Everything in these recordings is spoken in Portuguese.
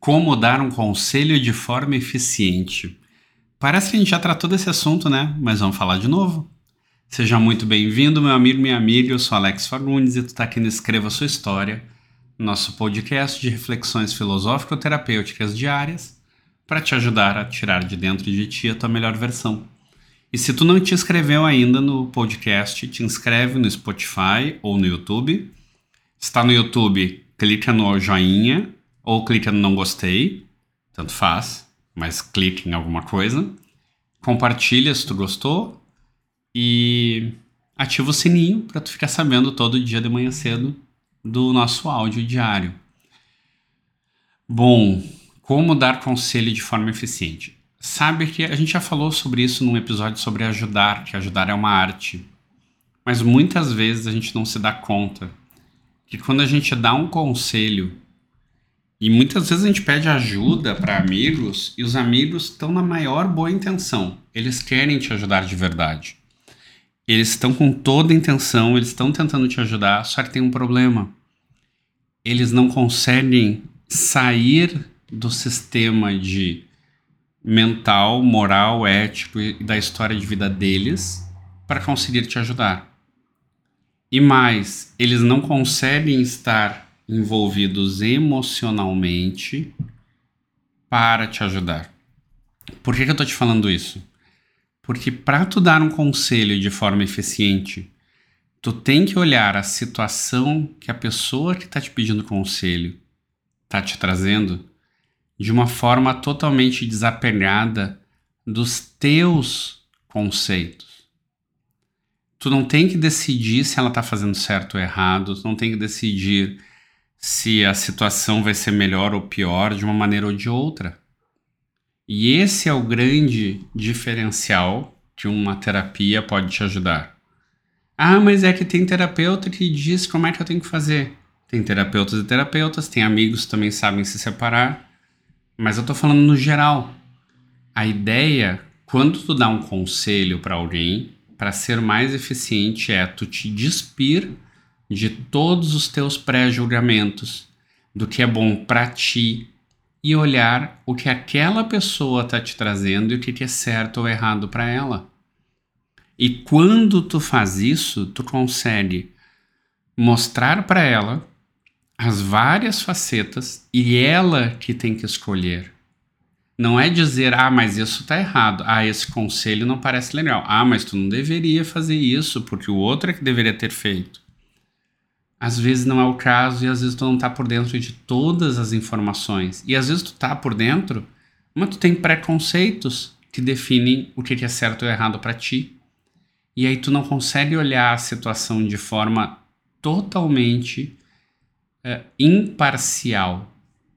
Como dar um conselho de forma eficiente. Parece que a gente já tratou desse assunto, né? Mas vamos falar de novo. Seja muito bem-vindo, meu amigo, minha amiga. Eu sou Alex Fagundes e tu tá aqui no Escreva Sua História, nosso podcast de reflexões filosófico-terapêuticas diárias para te ajudar a tirar de dentro de ti a tua melhor versão. E se tu não te inscreveu ainda no podcast, te inscreve no Spotify ou no YouTube. Se está no YouTube, clica no joinha ou clica no não gostei, tanto faz, mas clique em alguma coisa. Compartilha se tu gostou e ativa o sininho para tu ficar sabendo todo dia de manhã cedo do nosso áudio diário. Bom, como dar conselho de forma eficiente? Sabe que a gente já falou sobre isso num episódio sobre ajudar, que ajudar é uma arte. Mas muitas vezes a gente não se dá conta que quando a gente dá um conselho, e muitas vezes a gente pede ajuda para amigos, e os amigos estão na maior boa intenção. Eles querem te ajudar de verdade. Eles estão com toda a intenção, eles estão tentando te ajudar, só que tem um problema. Eles não conseguem sair do sistema de mental, moral, ético e da história de vida deles para conseguir te ajudar. E mais, eles não conseguem estar envolvidos emocionalmente para te ajudar. Por que eu tô te falando isso? Porque para tu dar um conselho de forma eficiente, tu tem que olhar a situação que a pessoa que está te pedindo conselho está te trazendo de uma forma totalmente desapegada dos teus conceitos. Tu não tem que decidir se ela está fazendo certo ou errado, tu não tem que decidir se a situação vai ser melhor ou pior de uma maneira ou de outra. E esse é o grande diferencial que uma terapia pode te ajudar. Ah, mas é que tem terapeuta que diz como é que eu tenho que fazer. Tem terapeutas e terapeutas, tem amigos que também sabem se separar. Mas eu tô falando no geral. A ideia, quando tu dá um conselho para alguém, para ser mais eficiente é tu te despir de todos os teus pré-julgamentos, do que é bom para ti e olhar o que aquela pessoa tá te trazendo e o que é certo ou errado para ela. E quando tu faz isso, tu consegue mostrar para ela as várias facetas e ela que tem que escolher. Não é dizer, mas isso tá errado. Esse conselho não parece legal. Mas tu não deveria fazer isso porque o outro é que deveria ter feito. Às vezes não é o caso e às vezes tu não tá por dentro de todas as informações. E às vezes tu tá por dentro, mas tu tem preconceitos que definem o que é certo ou errado para ti. E aí tu não consegue olhar a situação de forma totalmente imparcial.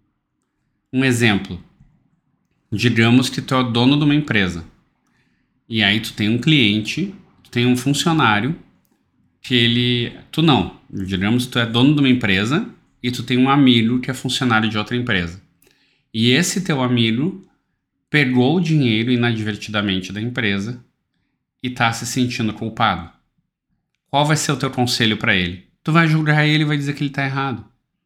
Um exemplo. Digamos que tu é o dono de uma empresa. E aí tu tem um cliente, tu tem um funcionário que tu não. Digamos que tu é dono de uma empresa e tu tem um amigo que é funcionário de outra empresa. E esse teu amigo pegou o dinheiro inadvertidamente da empresa e tá se sentindo culpado. Qual vai ser o teu conselho para ele? Tu vai julgar ele e vai dizer que ele tá errado.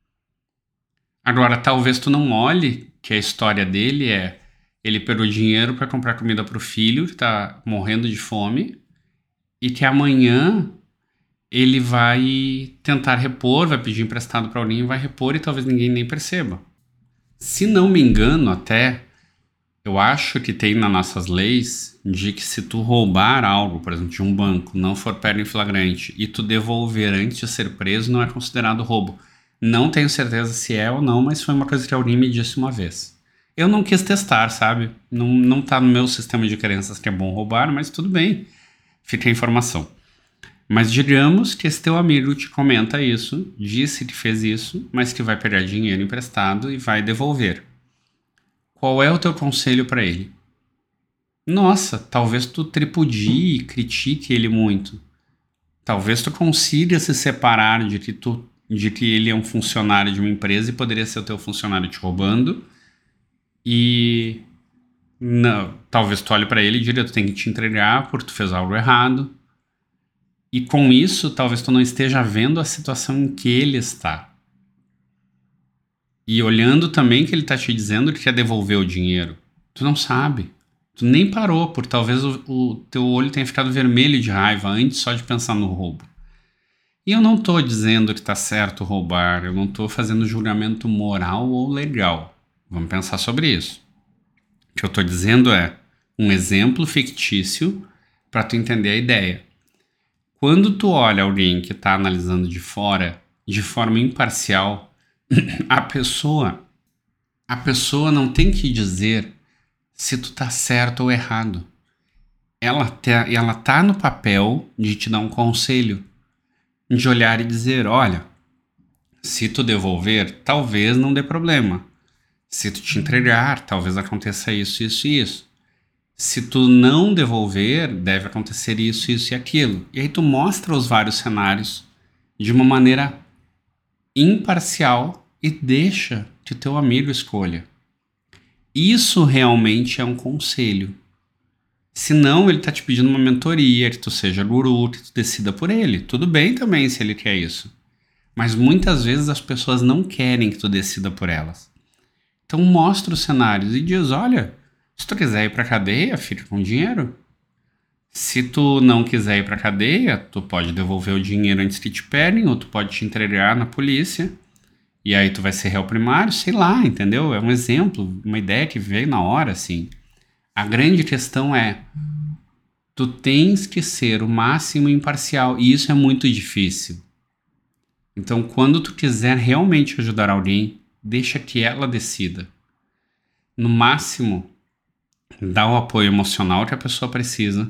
Agora, talvez tu não olhe que a história dele ele pegou dinheiro para comprar comida pro filho que tá morrendo de fome e que amanhã ele vai tentar repor, vai pedir emprestado para alguém e vai repor e talvez ninguém nem perceba. Se não me engano até, eu acho que tem nas nossas leis de que se tu roubar algo, por exemplo, de um banco, não for pego em flagrante e tu devolver antes de ser preso, não é considerado roubo. Não tenho certeza se é ou não, mas foi uma coisa que alguém me disse uma vez. Eu não quis testar, sabe? Não tá no meu sistema de crenças que é bom roubar, mas tudo bem. Fica a informação. Mas digamos que esse teu amigo te comenta isso, disse que fez isso, mas que vai pegar dinheiro emprestado e vai devolver. Qual é o teu conselho para ele? Nossa, talvez tu tripudie e critique ele muito. Talvez tu consiga se separar de que ele é um funcionário de uma empresa e poderia ser o teu funcionário te roubando. E não, talvez tu olhe para ele e diga, tu tem que te entregar porque tu fez algo errado. E com isso, talvez tu não esteja vendo a situação em que ele está. E olhando também que ele tá te dizendo que quer devolver o dinheiro. Tu não sabe. Tu nem parou, por talvez o teu olho tenha ficado vermelho de raiva antes só de pensar no roubo. E eu não tô dizendo que tá certo roubar, eu não tô fazendo julgamento moral ou legal. Vamos pensar sobre isso. O que eu tô dizendo é um exemplo fictício para tu entender a ideia. Quando tu olha alguém que tá analisando de fora, de forma imparcial, a pessoa não tem que dizer se tu tá certo ou errado. Ela tá no papel de te dar um conselho, de olhar e dizer, olha, se tu devolver, talvez não dê problema. Se tu te entregar, talvez aconteça isso, isso e isso. Se tu não devolver, deve acontecer isso, isso e aquilo. E aí tu mostra os vários cenários de uma maneira imparcial e deixa que teu amigo escolha. Isso realmente é um conselho. Se não, ele tá te pedindo uma mentoria, que tu seja guru, que tu decida por ele. Tudo bem também se ele quer isso. Mas muitas vezes as pessoas não querem que tu decida por elas. Então mostra os cenários e diz, olha, se tu quiser ir pra cadeia, fica com dinheiro. Se tu não quiser ir pra cadeia, tu pode devolver o dinheiro antes que te peguem, ou tu pode te entregar na polícia. E aí tu vai ser réu primário, sei lá, entendeu? É um exemplo, uma ideia que veio na hora, assim. A grande questão é, tu tens que ser o máximo imparcial, e isso é muito difícil. Então, quando tu quiser realmente ajudar alguém, deixa que ela decida. No máximo, dá o apoio emocional que a pessoa precisa,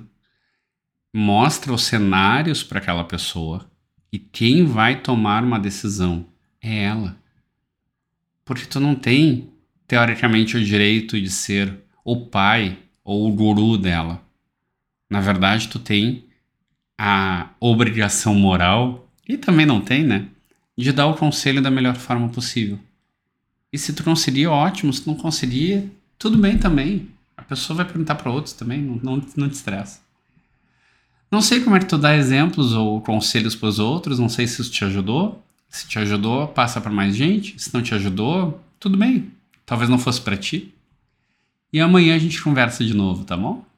mostra os cenários para aquela pessoa, e quem vai tomar uma decisão é ela. Porque tu não tem, teoricamente, o direito de ser o pai ou o guru dela. Na verdade, tu tem a obrigação moral, e também não tem, né? De dar o conselho da melhor forma possível. E se tu conseguir, ótimo. Se não conseguir, tudo bem também. A pessoa vai perguntar para outros também, não te estressa. Não sei como é que tu dá exemplos ou conselhos para os outros, não sei se isso te ajudou. Se te ajudou, passa para mais gente. Se não te ajudou, tudo bem. Talvez não fosse para ti. E amanhã a gente conversa de novo, tá bom?